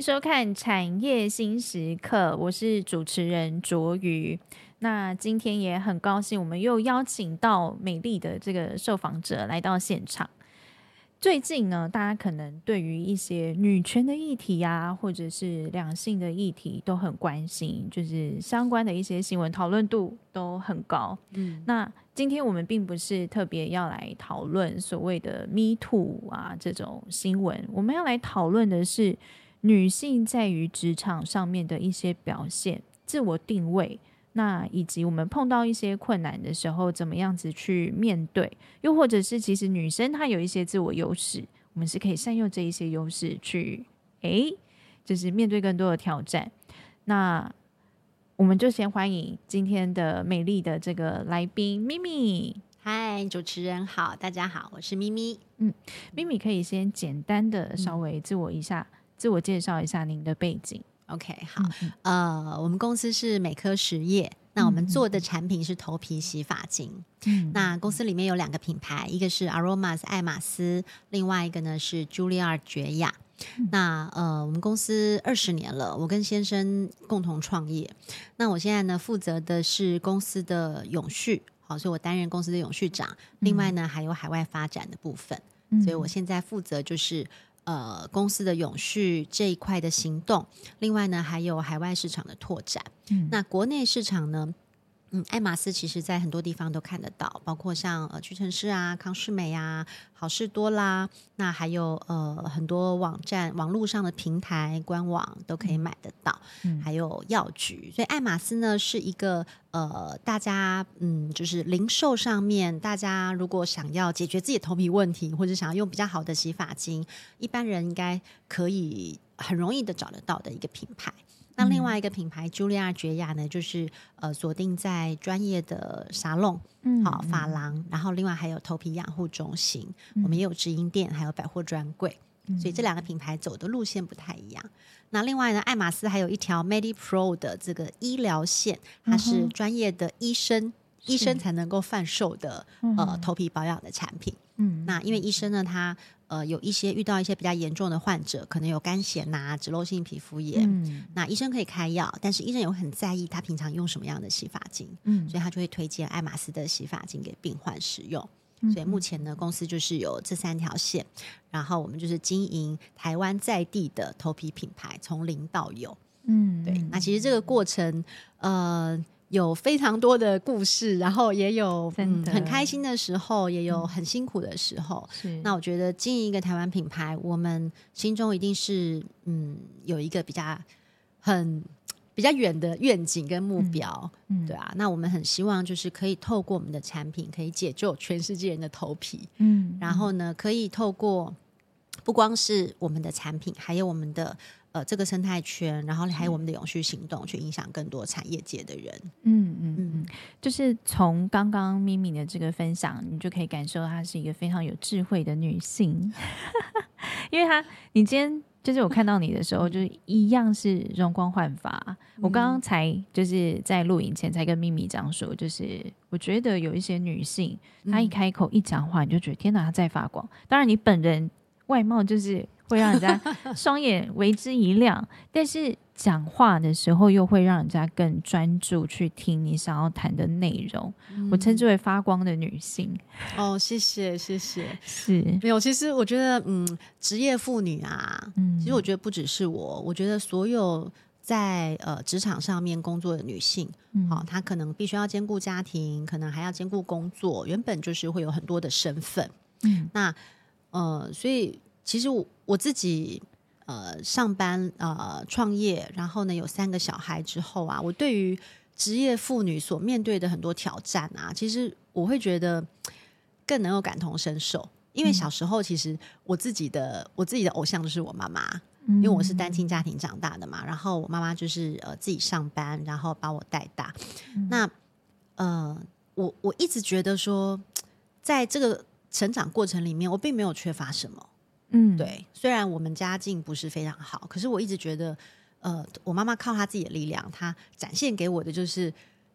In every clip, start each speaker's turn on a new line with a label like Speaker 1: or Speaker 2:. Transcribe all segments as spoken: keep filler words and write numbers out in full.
Speaker 1: 迎收看产业新时刻，我是主持人卓瑜。那今天也很高兴，我们又邀请到美丽的这个受访者来到现场。最近呢，大家可能对于一些女权的议题啊，或者是两性的议题都很关心，就是相关的一些新闻讨论度都很高。嗯，那今天我们并不是特别要来讨论所谓的 Me Too 啊这种新闻，我们要来讨论的是女性在于职场上面的一些表现、自我定位。那以及我们碰到一些困难的时候怎么样子去面对，又或者是其实女生她有一些自我优势，我们是可以善用这一些优势去诶，就是面对更多的挑战。那我们就先欢迎今天的美丽的这个来宾咪咪。
Speaker 2: 嗨，主持人好，大家好，我是咪咪。
Speaker 1: 嗯，咪咪可以先简单的稍微自我一下、嗯、自我介绍一下您的背景。
Speaker 2: OK， 好，嗯嗯呃，我们公司是美科实业，那我们做的产品是头皮洗发精。嗯，那公司里面有两个品牌，一个是 Aromas 爱马仕，另外一个呢是 Juliard 绝雅。嗯、那呃，我们公司二十年了，我跟先生共同创业。那我现在呢负责的是公司的永续，好，所以我担任公司的永续长。另外呢还有海外发展的部分，嗯、所以我现在负责就是。呃，公司的永续这一块的行动，另外呢还有海外市场的拓展。嗯、那国内市场呢，嗯，爱马仕其实在很多地方都看得到，包括像呃屈臣氏啊、康是美啊、好事多啦，那还有呃很多网站、网络上的平台、官网都可以买得到，嗯、还有药局。所以爱马仕呢是一个呃大家嗯就是零售上面，大家如果想要解决自己的头皮问题，或者想要用比较好的洗发精，一般人应该可以很容易的找得到的一个品牌。那另外一个品牌 Juliard 绝雅呢，就是呃锁定在专业的沙龙、嗯、好发廊，然后另外还有头皮养护中心，嗯、我们也有直营店，还有百货专柜，嗯、所以这两个品牌走的路线不太一样。那另外呢，爱马仕还有一条 MediPro 的这个医疗线，它是专业的医生、嗯、医生才能够贩售的、呃、头皮保养的产品。嗯、那因为医生呢，他呃，有一些遇到一些比较严重的患者，可能有干癣啊、脂漏性皮肤炎，嗯、那医生可以开药，但是医生也会很在意他平常用什么样的洗发精，嗯、所以他就会推荐爱马仕的洗发精给病患使用。嗯、所以目前呢，公司就是有这三条线，然后我们就是经营台湾在地的头皮品牌，从零到有。嗯，对。那其实这个过程，呃。有非常多的故事，然后也有、嗯、很开心的时候，也有很辛苦的时候。嗯、那我觉得经营一个台湾品牌，我们心中一定是嗯有一个比较很比较远的愿景跟目标，嗯嗯、对啊。那我们很希望就是可以透过我们的产品，可以解救全世界人的头皮。嗯，然后呢，可以透过不光是我们的产品，还有我们的。呃，这个生态圈，然后还有我们的永续行动，去影响更多产业界的人。
Speaker 1: 嗯嗯嗯，就是从刚刚咪咪的这个分享，你就可以感受到她是一个非常有智慧的女性，因为她，你今天就是我看到你的时候，就是一样是容光焕发。嗯、我刚刚才就是在录影前才跟咪咪这样说，就是我觉得有一些女性，她一开口一讲话，你就觉得天哪，她在发光。当然，你本人外貌就是会让人家双眼为之一亮，但是讲话的时候又会让人家更专注去听你想要谈的内容。嗯、我称之为发光的女性。
Speaker 2: 哦，谢谢谢谢。
Speaker 1: 是
Speaker 2: 没有，其实我觉得嗯，职业妇女啊，嗯、其实我觉得不只是我，我觉得所有在呃职场上面工作的女性，嗯哦、她可能必须要兼顾家庭，可能还要兼顾工作，原本就是会有很多的身份。嗯，那呃，所以其实我我自己呃上班呃创业，然后呢有三个小孩之后啊，我对于职业妇女所面对的很多挑战啊，其实我会觉得更能够感同身受。因为小时候其实我自己的我自己的偶像就是我妈妈，因为我是单亲家庭长大的嘛，然后我妈妈就是呃自己上班，然后把我带大。嗯、那呃我我一直觉得说，在这个成长过程里面，我并没有缺乏什么。嗯，对，虽然我们家境不是非常好，可是我一直觉得，呃，我妈妈靠她自己的力量，她展现给我的就是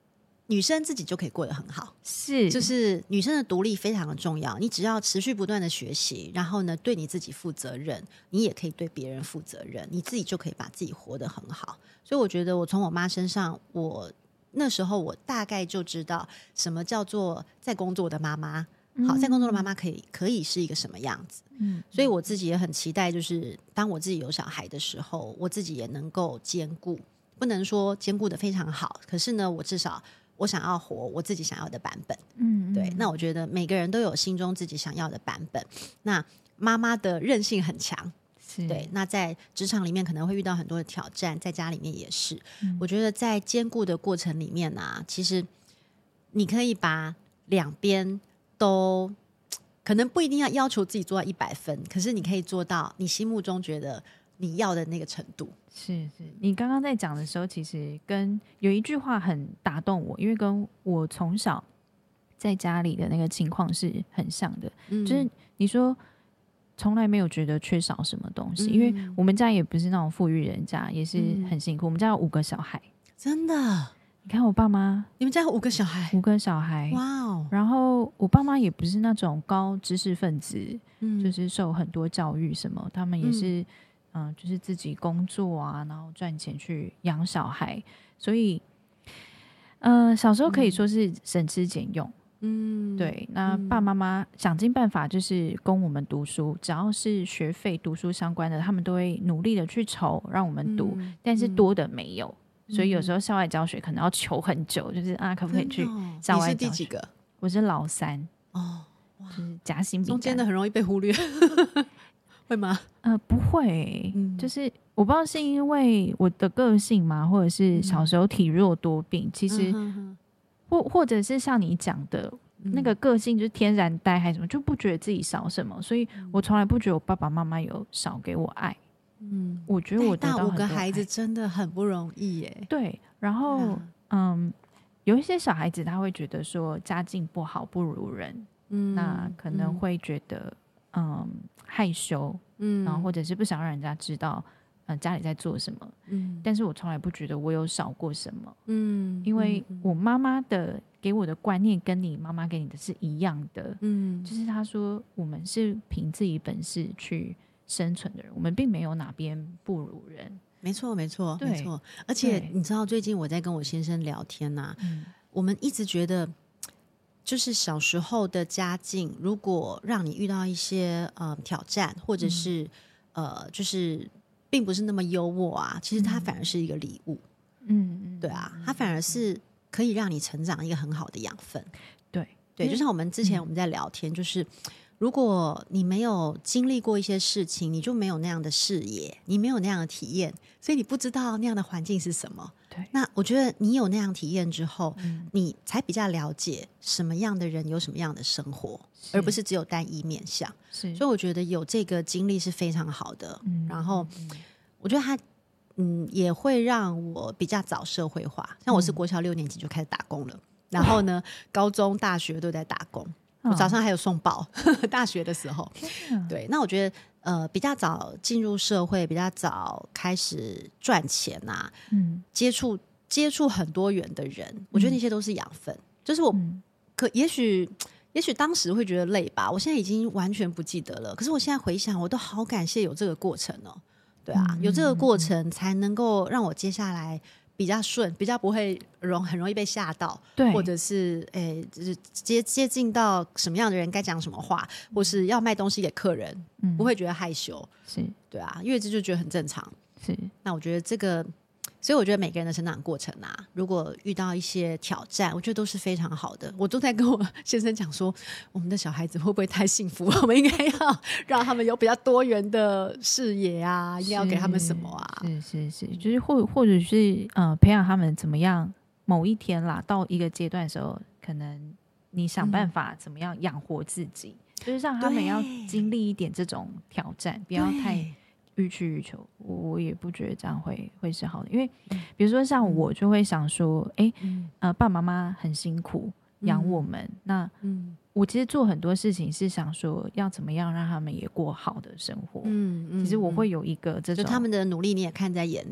Speaker 2: 女生自己就可以过得很好，
Speaker 1: 是，
Speaker 2: 就是女生的独立非常的重要。你只要持续不断的学习，然后呢，对你自己负责任，你也可以对别人负责任，你自己就可以把自己活得很好。所以我觉得我从我妈身上，我那时候我大概就知道什么叫做在工作的妈妈。好，在工作的妈妈可以可以是一个什么样子？嗯，所以我自己也很期待，就是当我自己有小孩的时候，我自己也能够兼顾，不能说兼顾的非常好，可是呢，我至少我想要活我自己想要的版本。嗯，对。那我觉得每个人都有心中自己想要的版本。那妈妈的韧性很强，对。那在职场里面可能会遇到很多的挑战，在家里面也是。嗯、我觉得在兼顾的过程里面啊，其实你可以把两边都可能不一定要要求自己做到一百分，可是你可以做到你心目中觉得你要的那个程度。
Speaker 1: 是是，你刚刚在讲的时候，其实跟有一句话很打动我，因为跟我从小在家里的那个情况是很像的，嗯、就是你说从来没有觉得缺少什么东西，嗯、因为我们家也不是那种富裕人家，也是很辛苦。嗯、我们家有五个小孩，
Speaker 2: 真的。
Speaker 1: 你看我爸妈，
Speaker 2: 你们家有五个小孩，
Speaker 1: 五个小孩，
Speaker 2: 哇哦！
Speaker 1: 然后我爸妈也不是那种高知识分子，嗯、就是受很多教育什么，他们也是，嗯、呃，就是自己工作啊，然后赚钱去养小孩，所以，呃，小时候可以说是省吃俭用，嗯，对。那爸妈妈想尽办法就是供我们读书，只要是学费、读书相关的，他们都会努力的去筹让我们读，嗯、但是多的没有。所以有时候校外教学可能要求很久，就是啊，可不可以去校外教学？
Speaker 2: 你是第几个？
Speaker 1: 我是老三哦，就是夹心饼干，
Speaker 2: 中间的很容易被忽略，会吗？
Speaker 1: 呃，不会，嗯、就是我不知道是因为我的个性嘛，或者是小时候体弱多病，嗯、其实、嗯、或或者是像你讲的、嗯、那个个性就是天然呆还是什么，就不觉得自己少什么，所以我从来不觉得我爸爸妈妈有少给我爱。嗯，我觉得我得到很多爱。
Speaker 2: 大五个孩子真的很不容易耶。
Speaker 1: 对，然后、啊、嗯，有一些小孩子他会觉得说家境不好不如人，嗯，那可能会觉得 嗯, 嗯害羞，嗯，然后或者是不想让人家知道，嗯，家里在做什么，嗯，但是我从来不觉得我有少过什么，嗯，因为我妈妈的给我的观念跟你妈妈给你的是一样的，嗯，就是她说我们是凭自己本事去生存的人，我们并没有哪边不如人。
Speaker 2: 没错没错没错，而且你知道最近我在跟我先生聊天啊、嗯、我们一直觉得就是小时候的家境如果让你遇到一些、呃、挑战或者是、嗯、呃，就是并不是那么优渥啊，其实它反而是一个礼物。嗯，对啊，它反而是可以让你成长一个很好的养分。
Speaker 1: 对
Speaker 2: 对，就像我们之前我们在聊天、嗯、就是如果你没有经历过一些事情，你就没有那样的视野，你没有那样的体验，所以你不知道那样的环境是什么。
Speaker 1: 对，
Speaker 2: 那我觉得你有那样体验之后、嗯、你才比较了解什么样的人有什么样的生活，而不是只有单一面向。是，所以我觉得有这个经历是非常好的、嗯、然后、嗯、我觉得他嗯也会让我比较早社会化，像我是国小六年级就开始打工了、嗯、然后呢高中大学都在打工，我早上还有送报大学的时候。对，那我觉得呃比较早进入社会，比较早开始赚钱啊，嗯，接触接触很多元的人、嗯、我觉得那些都是养分。就是我、嗯、可也许也许当时会觉得累吧，我现在已经完全不记得了，可是我现在回想我都好感谢有这个过程哦。对啊、嗯、有这个过程才能够让我接下来比较顺，比较不会容很容易被吓到，对，或者是诶，就是接接近到什么样的人该讲什么话，或是要卖东西给客人、嗯、不会觉得害羞，是，对啊，因为这就觉得很正常。是，那我觉得这个，所以我觉得每个人的成长过程啊，如果遇到一些挑战，我觉得都是非常好的。我都在跟我先生讲说，我们的小孩子会不会太幸福，我们应该要让他们有比较多元的视野啊，应该要给他们什么啊？
Speaker 1: 是是是，就是或或者是呃培养他们怎么样，某一天啦，到一个阶段的时候，可能你想办法怎么样养活自己、嗯、就是让他们要经历一点这种挑战，不要太予取予求，我也不觉得这样会会是好的。因为比如说像我就会想说哎、嗯呃，爸爸妈妈很辛苦养我们、嗯、那、嗯、我其实做很多事情是想说要怎么样让他们也过好的生活。嗯嗯，其实我会有一个这种，
Speaker 2: 就他们的努力你也看在眼里。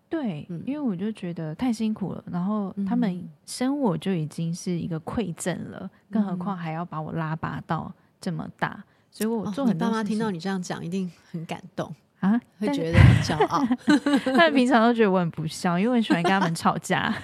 Speaker 1: 对、
Speaker 2: 嗯、
Speaker 1: 因为我就觉得太辛苦了，然后他们生我就已经是一个馈赠了、嗯、更何况还要把我拉拔到这么大，所以我做很多事情、哦、
Speaker 2: 你爸妈听到你这样讲一定很感动
Speaker 1: 啊，
Speaker 2: 会觉得很骄傲
Speaker 1: 他们平常都觉得我很不孝，因为我很喜欢跟他们吵架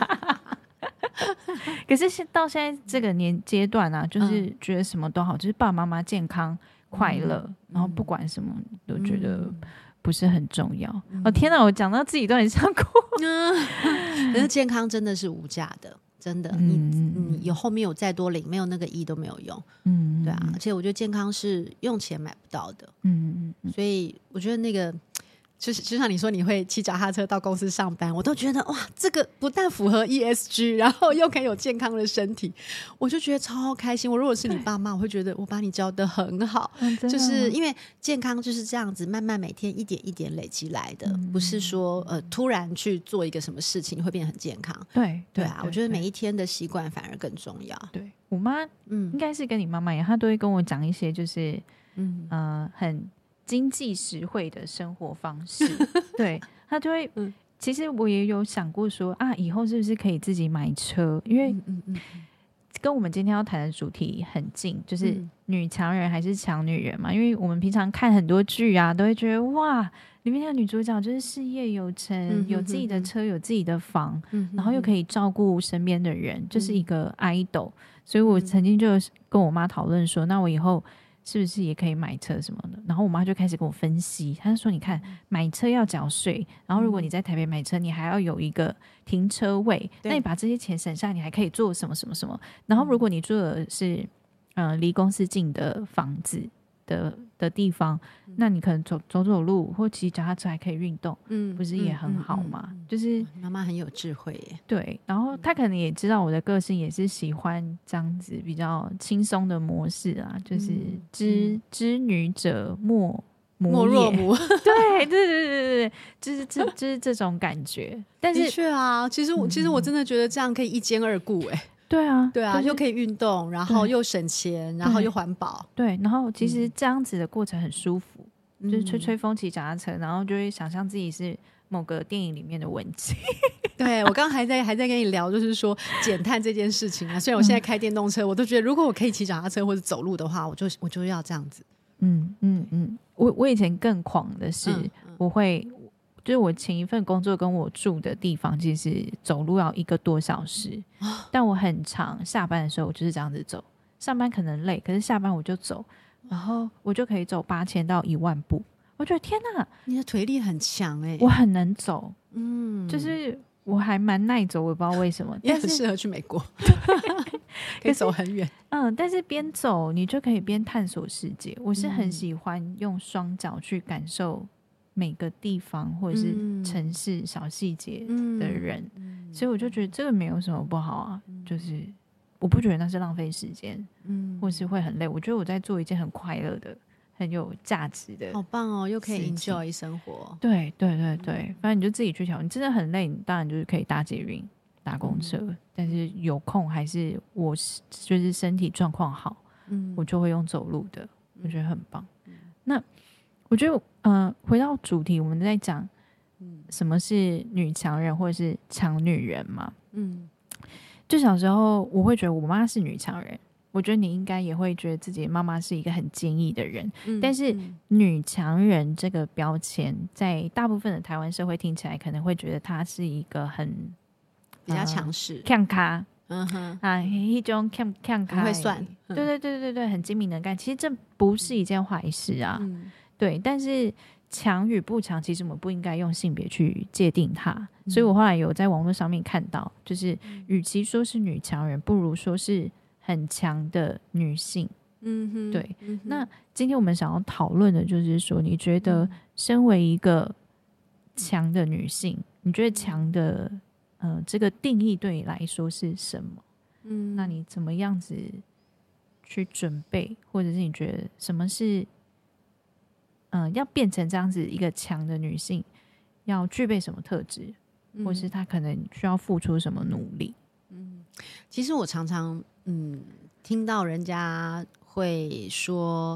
Speaker 1: 可是到现在这个年阶段啊，就是觉得什么都好、嗯、就是爸爸妈妈健康快乐、嗯、然后不管什么都觉得不是很重要、嗯、哦天哪，我讲到自己都很想哭
Speaker 2: 嗯，可是健康真的是无价的，真的、嗯、你, 你有后面有再多零，没有那个一都没有用，嗯，对啊，而且我觉得健康是用钱买不到的，嗯嗯，所以我觉得那个就是就像你说你会骑脚踏车到公司上班，我都觉得哇，这个不但符合 E S G， 然后又可以有健康的身体，我就觉得超开心。我如果是你爸妈，我会觉得我把你教得很好、嗯、就是因为健康就是这样子慢慢每天一点一点累积来的、嗯、不是说呃突然去做一个什么事情会变得很健康，
Speaker 1: 对
Speaker 2: 对啊，我觉得每一天的习惯反而更重要。
Speaker 1: 对，我妈嗯应该是跟你妈妈一样，她都会跟我讲一些就是嗯呃很经济实惠的生活方式对，他就会、嗯、其实我也有想过说啊，以后是不是可以自己买车，因为跟我们今天要谈的主题很近，就是女强人还是强女人嘛，因为我们平常看很多剧啊，都会觉得哇，里面的女主角就是事业有成、嗯、有自己的车有自己的房、嗯、然后又可以照顾身边的人、嗯、就是一个 idol， 所以我曾经就跟我妈讨论说，那我以后是不是也可以买车什么的，然后我妈就开始跟我分析，她就说你看买车要缴税，然后如果你在台北买车你还要有一个停车位、嗯、那你把这些钱省下你还可以做什么什么什么，然后如果你住的是呃离公司近的房子的的地方，那你可能走走走路或骑脚踏车还可以运动，嗯，不是也很好吗？嗯嗯嗯、就是
Speaker 2: 妈妈很有智慧耶。
Speaker 1: 对，然后她可能也知道我的个性也是喜欢这样子比较轻松的模式啊，就是知、嗯、知女者莫
Speaker 2: 莫若母
Speaker 1: 对对对对对对，就是这就是这种感觉。但是
Speaker 2: 的确啊，其实我、嗯、其实我真的觉得这样可以一兼二顾哎。
Speaker 1: 对啊
Speaker 2: 对啊、就是、又可以运动，然后又省钱，然后又环保，
Speaker 1: 对，然后其实这样子的过程很舒服、嗯、就是吹吹风骑脚踏车，然后就会想象自己是某个电影里面的文姬
Speaker 2: 对，我刚刚还在还在跟你聊就是说减碳这件事情啊，虽然我现在开电动车、嗯、我都觉得如果我可以骑脚踏车或者走路的话，我就我就要这样子。
Speaker 1: 嗯嗯嗯，我我以前更狂的是、嗯嗯、我会就是我前一份工作跟我住的地方其实走路要一个多小时、哦、但我很常下班的时候我就是这样子走，上班可能累，可是下班我就走，然后我就可以走八千到一万步，我觉得天哪，
Speaker 2: 你的腿力很强哎、欸，
Speaker 1: 我很能走，嗯，就是我还蛮耐走，我不知道为什么，
Speaker 2: 也很适合去美国可以走很远，
Speaker 1: 嗯，但是边走你就可以边探索世界，我是很喜欢用双脚去感受每个地方或者是城市小细节的人、嗯嗯、所以我就觉得这个没有什么不好啊、嗯、就是我不觉得那是浪费时间、嗯、或是会很累，我觉得我在做一件很快乐的很有价值的，
Speaker 2: 好棒哦，又可以 enjoy 生活，
Speaker 1: 对对对对，反正你就自己去调，你真的很累你当然就是可以搭捷运搭公车、嗯、但是有空还是我就是身体状况好、嗯、我就会用走路的，我觉得很棒、嗯、那我觉得呃，回到主题，我们在讲什么是女强人或者是强女人嘛。嗯，就小时候我会觉得我妈是女强人，我觉得你应该也会觉得自己的妈妈是一个很坚毅的人、嗯、但是女强人这个标签在大部分的台湾社会听起来可能会觉得她是一个很
Speaker 2: 比较强势
Speaker 1: 强咖，嗯哼啊，一种强强咖
Speaker 2: 很会算、
Speaker 1: 嗯、对对对对对，很精明能干，其实这不是一件坏事啊、嗯，对，但是强与不强其实我们不应该用性别去界定它、嗯、所以我后来有在网络上面看到，就是与其说是女强人不如说是很强的女性。嗯哼，对、嗯、哼，那今天我们想要讨论的就是说，你觉得身为一个强的女性、嗯、你觉得强的呃这个定义对你来说是什么？嗯，那你怎么样子去准备，或者是你觉得什么是嗯，要变成这样子一个强的女性要具备什么特质、嗯、或是她可能需要付出什么努力？
Speaker 2: 嗯，其实我常常嗯听到人家会说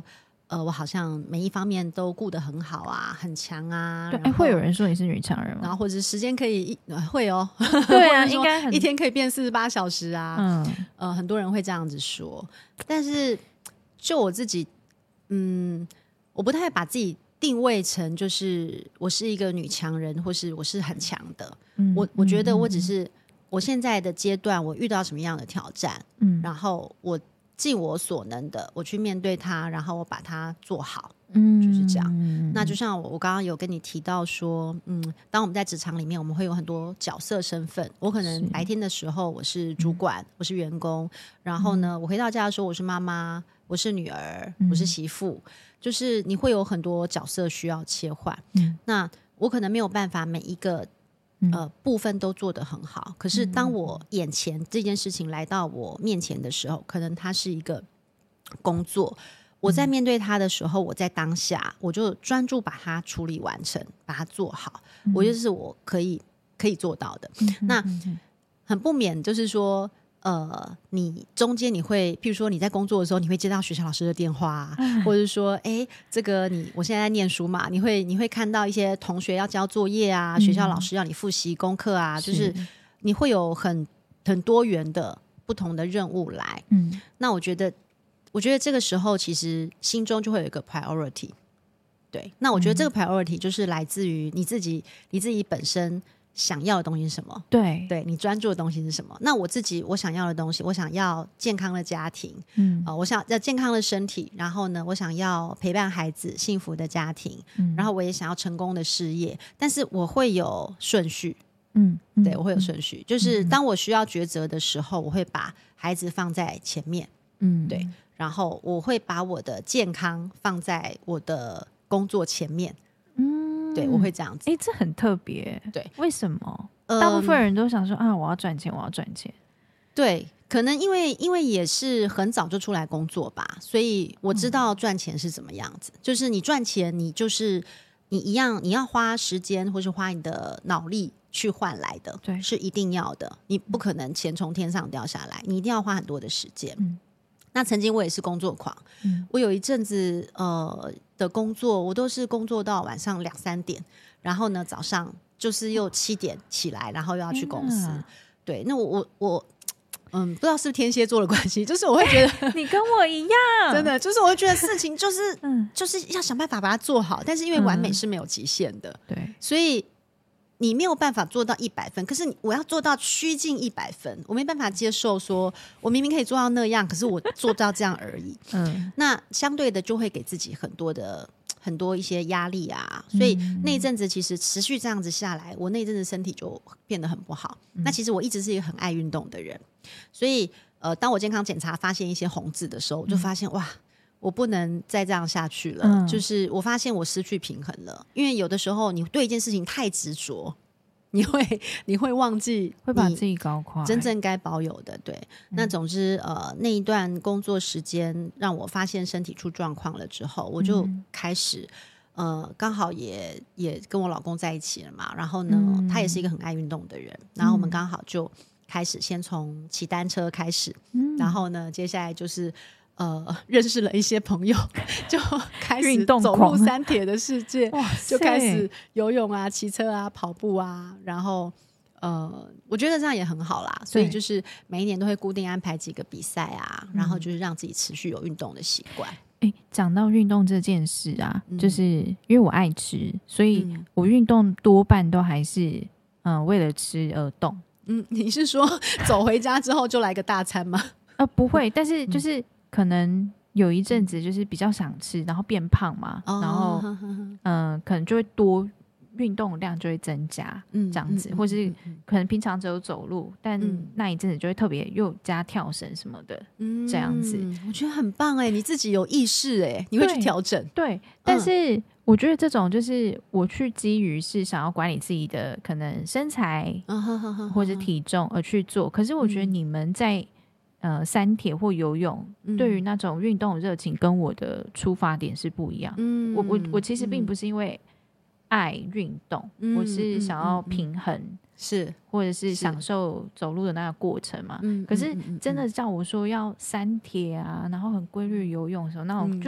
Speaker 2: 呃，我好像每一方面都顾得很好啊，很强啊。
Speaker 1: 对，哎，会有人说你是女强人吗？
Speaker 2: 然后或者是时间可以一、呃、会哦，
Speaker 1: 对啊，应该很
Speaker 2: 一天可以变四十八小时啊。
Speaker 1: 嗯，
Speaker 2: 呃，很多人会这样子说，但是就我自己，嗯，我不太把自己定位成就是我是一个女强人，或是我是很强的。嗯、我我觉得我只是、嗯、我现在的阶段，我遇到什么样的挑战，嗯，然后我尽我所能的我去面对它，然后我把它做好，嗯，就是这样。嗯、那就像我我刚刚有跟你提到说，嗯，当我们在职场里面，我们会有很多角色身份。我可能白天的时候我是主管，我是员工，然后呢，我回到家的时候我是妈妈，我是女儿，我是媳妇。就是你会有很多角色需要切换，嗯、那我可能没有办法每一个、呃、部分都做得很好，可是当我眼前这件事情来到我面前的时候，可能它是一个工作，我在面对它的时候，我在当下我就专注把它处理完成，把它做好，嗯、我觉得是我可以可以做到的。嗯、那很不免就是说呃，你中间你会，譬如说你在工作的时候，你会接到学校老师的电话、啊嗯、或者是说，哎，这个你我现在在念书嘛，你会你会看到一些同学要交作业啊，嗯、学校老师要你复习功课啊，是就是你会有很很多元的不同的任务来。嗯，那我觉得，我觉得这个时候其实心中就会有一个 priority。对，那我觉得这个 priority 就是来自于你自己，你自己本身想要的东西是什么？
Speaker 1: 对，
Speaker 2: 对你专注的东西是什么？那我自己我想要的东西，我想要健康的家庭，嗯，呃、我想要健康的身体，然后呢，我想要陪伴孩子幸福的家庭，嗯，然后我也想要成功的事业，但是我会有顺序，嗯，对我会有顺序，嗯、就是当我需要抉择的时候，我会把孩子放在前面，嗯，对，然后我会把我的健康放在我的工作前面，嗯，对我会这样子。
Speaker 1: 哎，这很特别，
Speaker 2: 对，
Speaker 1: 为什么？大部分人都想说、嗯、啊，我要赚钱，我要赚钱。
Speaker 2: 对，可能因为因为也是很早就出来工作吧，所以我知道赚钱是怎么样子。嗯、就是你赚钱，你就是你一样，你要花时间或是花你的脑力去换来的，
Speaker 1: 对，
Speaker 2: 是一定要的。你不可能钱从天上掉下来，你一定要花很多的时间。嗯，那曾经我也是工作狂，嗯、我有一阵子呃的工作，我都是工作到晚上两三点，然后呢早上。就是又七点起来，然后又要去公司。对，那我我我，嗯，不知道是不是天蝎座的关系，就是我会觉得
Speaker 1: 你跟我一样，
Speaker 2: 真的，就是我会觉得事情就是，嗯，就是要想办法把它做好。但是因为完美是没有极限的，
Speaker 1: 对、嗯，
Speaker 2: 所以你没有办法做到一百分。可是我要做到趋近一百分，我没办法接受说我明明可以做到那样，可是我做到这样而已。嗯，那相对的就会给自己很多的。很多一些压力啊，所以那一阵子其实持续这样子下来，我那一阵子身体就变得很不好。嗯、那其实我一直是一个很爱运动的人，所以呃，当我健康检查发现一些红字的时候，我就发现、嗯、哇，我不能再这样下去了。嗯、就是我发现我失去平衡了，因为有的时候你对一件事情太执着。你会你会忘记
Speaker 1: 会把自己搞垮
Speaker 2: 真正该保有的。对、嗯、那总之呃那一段工作时间让我发现身体出状况了之后，我就开始、嗯、呃刚好也也跟我老公在一起了嘛，然后呢、嗯、他也是一个很爱运动的人，然后我们刚好就开始先从骑单车开始、嗯、然后呢接下来就是呃，认识了一些朋友，就开始走入三铁的世界，就开始游泳啊、骑车啊、跑步啊，然后呃，我觉得这样也很好啦。所以就是每一年都会固定安排几个比赛啊，然后就是让自己持续有运动的习惯。
Speaker 1: 哎，讲到运动这件事啊，嗯、就是因为我爱吃，所以我运动多半都还是嗯、呃、为了吃而动。
Speaker 2: 嗯，你是说走回家之后就来个大餐吗？
Speaker 1: 呃，不会，但是就是。嗯可能有一阵子就是比较想吃，然后变胖嘛，哦、然后嗯、呃，可能就会多运动量就会增加，嗯、这样子，嗯、或是可能平常只有走路，嗯、但那一阵子就会特别又加跳绳什么的，嗯、这样子，
Speaker 2: 我觉得很棒哎，你自己有意识哎，你会去调整，
Speaker 1: 对，对但是我觉得这种就是我去基于是想要管理自己的可能身材、嗯、或者体重而去做，可是我觉得你们在。呃，三铁或游泳、嗯、对于那种运动热情跟我的出发点是不一样、嗯、我, 我, 我其实并不是因为爱运动、嗯、我是想要平衡、嗯、
Speaker 2: 是
Speaker 1: 或者是享受走路的那个过程嘛、嗯、可是真的叫我说要三铁啊然后很规律游泳的时候那我就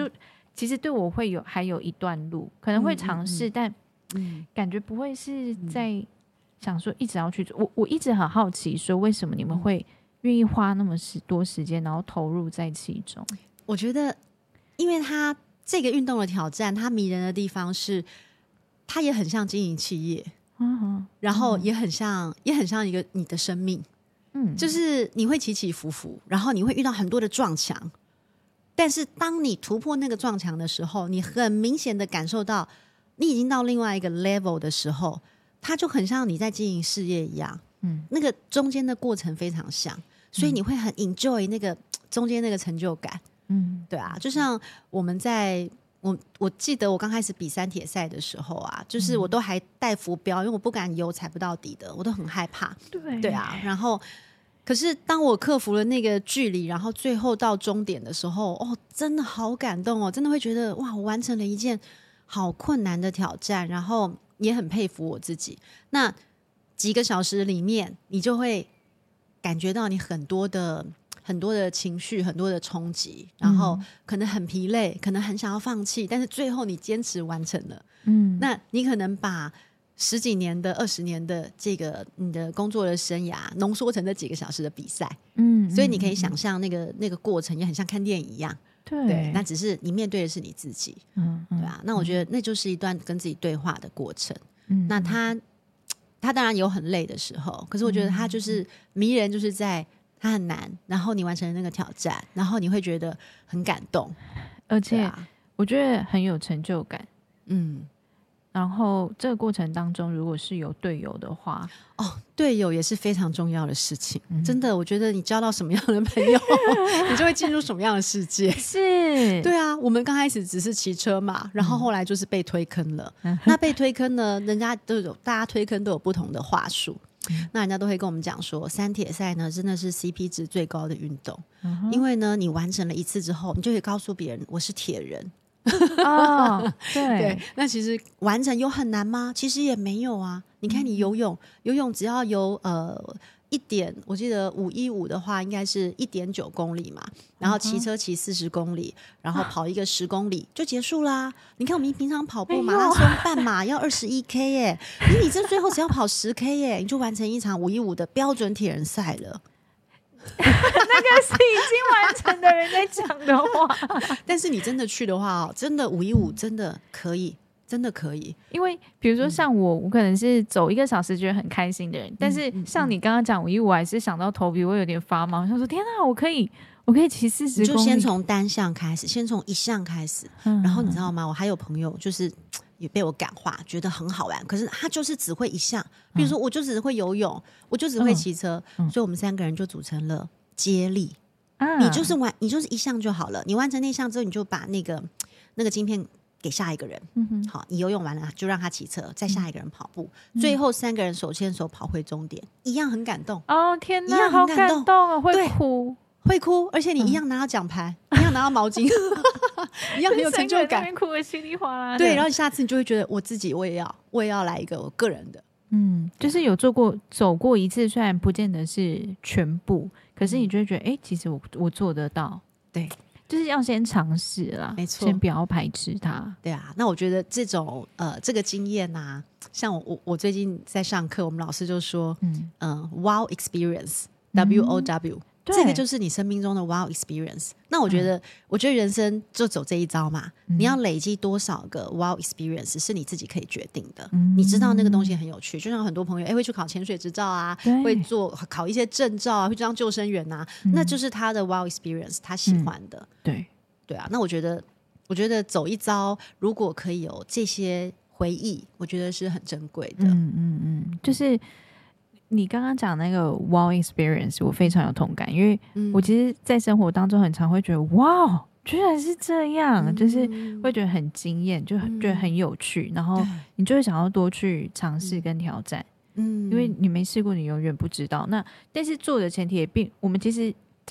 Speaker 1: 其实对我会有还有一段路，可能会尝试、嗯嗯嗯、但、
Speaker 2: 嗯、
Speaker 1: 感觉不会是在想说一直要去做。我我一直很好奇说为什么你们会愿意花那么多时间然后投入在其中。
Speaker 2: 我觉得因为它这个运动的挑战，它迷人的地方是它也很像经营企业，嗯、然后也很像、嗯、也很像一个你的生命，嗯，就是你会起起伏伏，然后你会遇到很多的撞墙，但是当你突破那个撞墙的时候，你很明显的感受到你已经到另外一个 level 的时候，它就很像你在经营事业一样，嗯，那个中间的过程非常像，所以你会很 enjoy 那个中间那个成就感，嗯，对啊，就像我们在我我记得我刚开始比三铁赛的时候啊，就是我都还带浮标，因为我不敢游踩不到底的，我都很害怕，
Speaker 1: 对
Speaker 2: 对啊，然后可是当我克服了那个距离，然后最后到终点的时候，哦，真的好感动哦，真的会觉得哇，我完成了一件好困难的挑战，然后也很佩服我自己。那几个小时里面，你就会感觉到你很多的很多的情绪，很多的冲击，然后可能很疲累，可能很想要放弃，但是最后你坚持完成了。嗯，那你可能把十几年的、二十年的这个你的工作的生涯浓缩成这几个小时的比赛，嗯，所以你可以想象那个、嗯、那个过程也很像看电影一样，
Speaker 1: 对，
Speaker 2: 对，那只是你面对的是你自己，嗯，对啊，那我觉得那就是一段跟自己对话的过程。嗯，那他他当然有很累的时候，可是我觉得他就是迷人，就是在他很难，然后你完成了那个挑战，然后你会觉得很感动，
Speaker 1: 而且我觉得很有成就感，嗯。然后这个过程当中如果是有队友的话，
Speaker 2: 哦，队友也是非常重要的事情、嗯、真的，我觉得你交到什么样的朋友你就会进入什么样的世界。
Speaker 1: 是，
Speaker 2: 对啊，我们刚开始只是骑车嘛，然后后来就是被推坑了、嗯、那被推坑呢，人家都有，大家推坑都有不同的话术、嗯、那人家都会跟我们讲说，三铁赛呢真的是 C P 值最高的运动、嗯、因为呢你完成了一次之后，你就可以告诉别人我是铁人
Speaker 1: 哦，对
Speaker 2: 对，那其实完成有很难吗？其实也没有啊。你看你游泳，嗯、游泳只要游呃一点，我记得五一五的话，应该是一点九公里嘛。然后骑车骑四十公里，然后跑一个十公里、啊、就结束啦。你看我们平常跑步马拉松半马要二十一 K 耶，你这最后只要跑十 K 耶，你就完成一场五一五的标准铁人赛了。
Speaker 1: 那个是已经完成的人在讲的话
Speaker 2: 但是你真的去的话，真的五一五真的可以，真的可以。
Speaker 1: 因为比如说像我、嗯、我可能是走一个小时觉得很开心的人、嗯、但是像你刚刚讲五一五，还是想到头皮会有点发毛，我想说天哪，我可以我可以骑四十公里，
Speaker 2: 就先从单项开始，先从一项开始、嗯、然后你知道吗，我还有朋友就是也被我感化，觉得很好玩，可是他就是只会一项，比如说我就只会游泳、嗯、我就只会骑车、嗯、所以我们三个人就组成了接力、啊、你就是完你就是一项就好了，你完成那项之后，你就把那个那个晶片给下一个人、嗯、好，你游泳完了就让他骑车，再下一个人跑步、嗯、最后三个人手牵手跑回终点，一样很感动
Speaker 1: 哦，天哪，一样很感动，好感动哦，会哭
Speaker 2: 会哭，而且你一样拿到奖牌、嗯、一样拿到毛巾一样很有成就感，
Speaker 1: 哭得稀里哗啦的，
Speaker 2: 对，然后下次你就会觉得我自己我也要我也要来一个我个人的，
Speaker 1: 嗯，就是有做过走过一次，虽然不见得是全部，可是你就会觉得哎、欸，其实我我做得到，
Speaker 2: 对，
Speaker 1: 就是要先尝试啦，
Speaker 2: 没错，
Speaker 1: 先不要排斥它。
Speaker 2: 对啊，那我觉得这种呃这个经验啊，像我我最近在上课，我们老师就说，嗯嗯、呃、，Wow Experience、嗯、W O W。这个就是你生命中的 wow experience。 那我觉得、嗯、我觉得人生就走这一招嘛、嗯、你要累积多少个 wow experience 是你自己可以决定的、嗯、你知道那个东西很有趣，就像很多朋友、欸、会去考潜水执照啊，会做考一些证照啊，会去当救生员啊、嗯、那就是他的 wow experience， 他喜欢的、嗯、
Speaker 1: 对
Speaker 2: 对啊，那我觉得我觉得走一遭如果可以有这些回忆，我觉得是很珍贵的。
Speaker 1: 嗯嗯嗯，就是你刚刚讲那个 wow experience 我非常有同感，因为我其实在生活当中很常会觉得哇居然是这样、嗯、就是会觉得很惊艳，就觉得很有趣、嗯、然后你就会想要多去尝试跟挑战、嗯、因为你没试过你永远不知道。那但是做的前提也并我们其实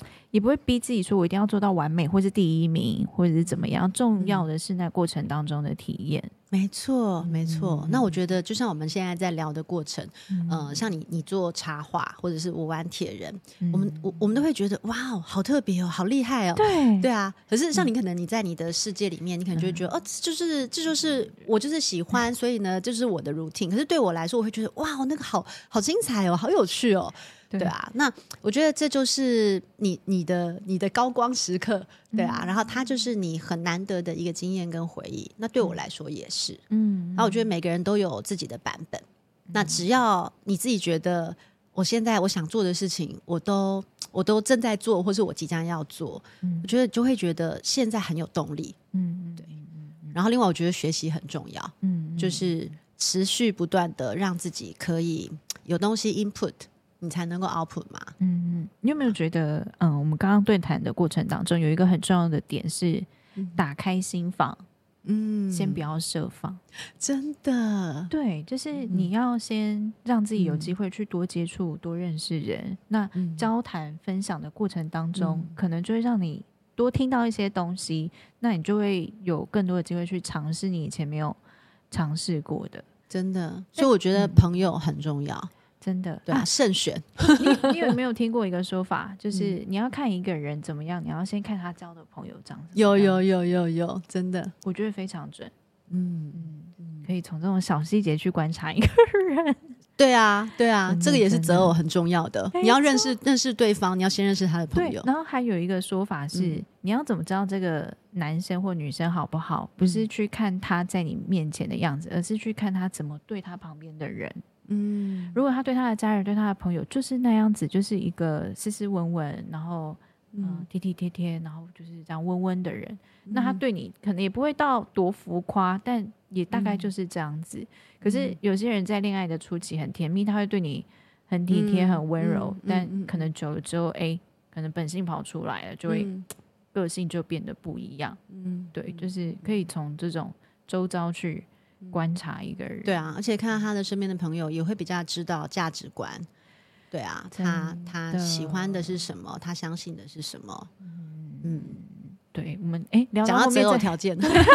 Speaker 1: 也不会逼自己说我一定要做到完美或是第一名或者是怎么样，重要的是那过程当中的体验。
Speaker 2: 没错没错、嗯、那我觉得就像我们现在在聊的过程、嗯、呃，像你你做插画或者是五湾铁人、嗯、我们我我们都会觉得哇好特别哦，好厉害哦，
Speaker 1: 对
Speaker 2: 对啊，可是像你可能你在你的世界里面你可能就会觉得、嗯、哦就是这就是我就是喜欢，所以呢这就是我的 routine， 可是对我来说我会觉得哇那个好好精彩哦，好有趣哦，对啊，那我觉得这就是你你的你的高光时刻，对啊、嗯、然后它就是你很难得的一个经验跟回忆，那对我来说也是，嗯，然后我觉得每个人都有自己的版本、嗯、那只要你自己觉得我现在我想做的事情我都我都正在做，或是我即将要做、嗯、我觉得就会觉得现在很有动力，嗯，对，然后另外我觉得学习很重要，嗯，就是持续不断的让自己可以有东西 input你才能够 output 嘛。嗯，
Speaker 1: 你有没有觉得嗯，我们刚刚对谈的过程当中有一个很重要的点是打开心房，嗯，先不要设防，
Speaker 2: 真的，
Speaker 1: 对，就是你要先让自己有机会去多接触、嗯、多认识人，那交谈分享的过程当中、嗯、可能就会让你多听到一些东西，那你就会有更多的机会去尝试你以前没有尝试过的，
Speaker 2: 真的，所以我觉得朋友很重要、嗯
Speaker 1: 真的，
Speaker 2: 对啊，慎选。
Speaker 1: 你你有没有听过一个说法，就是你要看一个人怎么样，你要先看他交的朋友长什么样。
Speaker 2: 有有有有有，真的，
Speaker 1: 我觉得非常准。嗯嗯，可以从这种小细节去观察一个人。
Speaker 2: 对啊对啊，这个也是择偶很重要的。你要认识认识对方，你要先认识他的朋友。
Speaker 1: 然后还有一个说法是、嗯，你要怎么知道这个男生或女生好不好？不是去看他在你面前的样子，而是去看他怎么对他旁边的人。嗯，如果他对他的家人对他的朋友就是那样子，就是一个斯斯文文然后嗯、呃、体体贴贴然后就是这样温温的人、嗯、那他对你可能也不会到多浮夸，但也大概就是这样子、嗯、可是有些人在恋爱的初期很甜蜜，他会对你很体贴、嗯、很温柔、嗯、但可能久了之后哎，可能本性跑出来了，就会、嗯、个性就变得不一样。嗯，对，就是可以从这种周遭去观察一个人，
Speaker 2: 对啊，而且看到他的身边的朋友也会比较知道价值观，对啊，他他喜欢的是什么，他相信的是什么。嗯嗯，
Speaker 1: 对，我们哎聊到后面
Speaker 2: 讲到择偶条件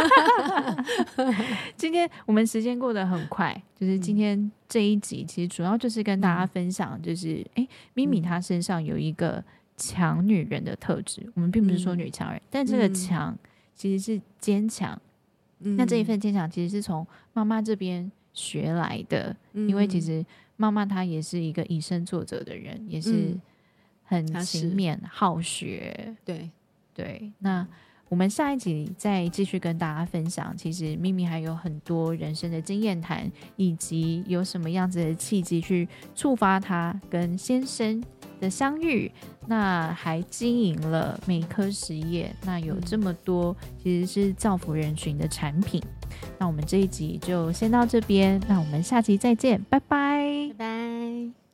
Speaker 1: 今天我们时间过得很快，就是今天这一集其实主要就是跟大家分享，就是哎咪咪她身上有一个强女人的特质，我们并不是说女强人、嗯、但这个强其实是坚强、嗯、那这一份坚强其实是从妈妈这边学来的、嗯、因为其实妈妈她也是一个以身作则的人，也是很勤勉好学，
Speaker 2: 对
Speaker 1: 对。那我们下一集再继续跟大家分享，其实咪咪还有很多人生的经验谈，以及有什么样子的契机去触发她跟先生的相遇，那还经营了美科实业，那有这么多其实是造福人群的产品。那我们这一集就先到这边，那我们下集再见，拜拜，
Speaker 2: 拜拜。